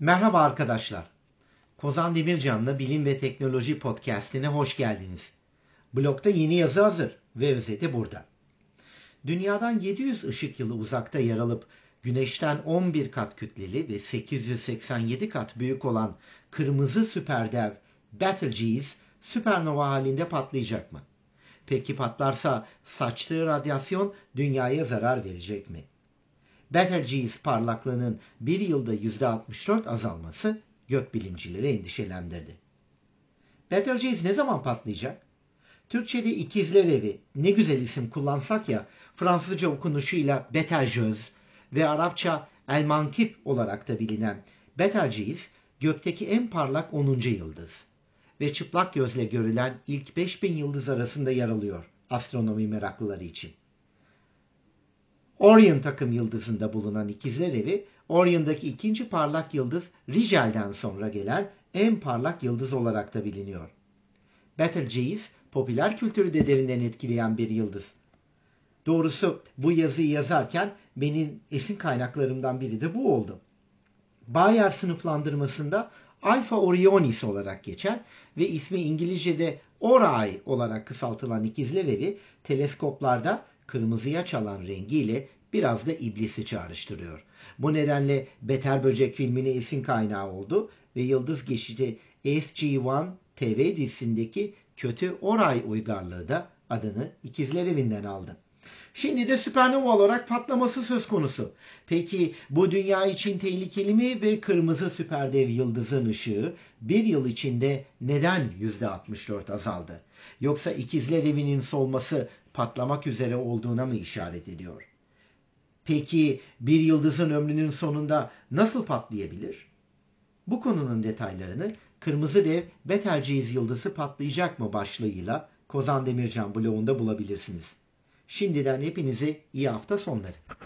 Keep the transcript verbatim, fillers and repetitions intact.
Merhaba arkadaşlar. Kozan Demircan'la Bilim ve Teknoloji Podcast'ine hoş geldiniz. Blogda yeni yazı hazır ve özeti burada. Dünyadan yedi yüz ışık yılı uzakta yer alıp Güneş'ten on bir kat kütleli ve sekiz yüz seksen yedi kat büyük olan kırmızı süperdev Betelgeuse süpernova halinde patlayacak mı? Peki patlarsa saçtığı radyasyon dünyaya zarar verecek mi? Betelgeuse parlaklığının bir yılda yüzde altmış dört azalması gökbilimcileri endişelendirdi. Betelgeuse ne zaman patlayacak? Türkçe'de ikizler evi, ne güzel isim kullansak ya, Fransızca okunuşuyla Betelgeuse ve Arapça El Mankip olarak da bilinen Betelgeuse, gökteki en parlak onuncu yıldız ve çıplak gözle görülen ilk beş bin yıldız arasında yer alıyor astronomi meraklıları için. Orion takım yıldızında bulunan ikizler evi, Orion'daki ikinci parlak yıldız Rigel'den sonra gelen en parlak yıldız olarak da biliniyor. Betelgeuse, popüler kültürü de derinden etkileyen bir yıldız. Doğrusu bu yazıyı yazarken benim esin kaynaklarımdan biri de bu oldu. Bayer sınıflandırmasında Alpha Orionis olarak geçen ve ismi İngilizce'de Orion olarak kısaltılan ikizler evi, teleskoplarda kırmızıya çalan rengiyle biraz da iblisi çağrıştırıyor. Bu nedenle Beter Böcek filmine esin kaynağı oldu ve yıldız geçidi S G bir T V dizisindeki kötü Orion uygarlığı da adını ikizler evinden aldı. Şimdi de süpernova olarak patlaması söz konusu. Peki bu dünya için tehlikeli mi ve kırmızı süperdev yıldızın ışığı bir yıl içinde neden yüzde altmış dört azaldı? Yoksa ikizler evinin solması patlamak üzere olduğuna mı işaret ediyor? Peki bir yıldızın ömrünün sonunda nasıl patlayabilir? Bu konunun detaylarını Kırmızı Dev Betelgeuse yıldızı patlayacak mı başlığıyla Kozan Demircan blogunda bulabilirsiniz. Şimdiden hepinize iyi hafta sonları.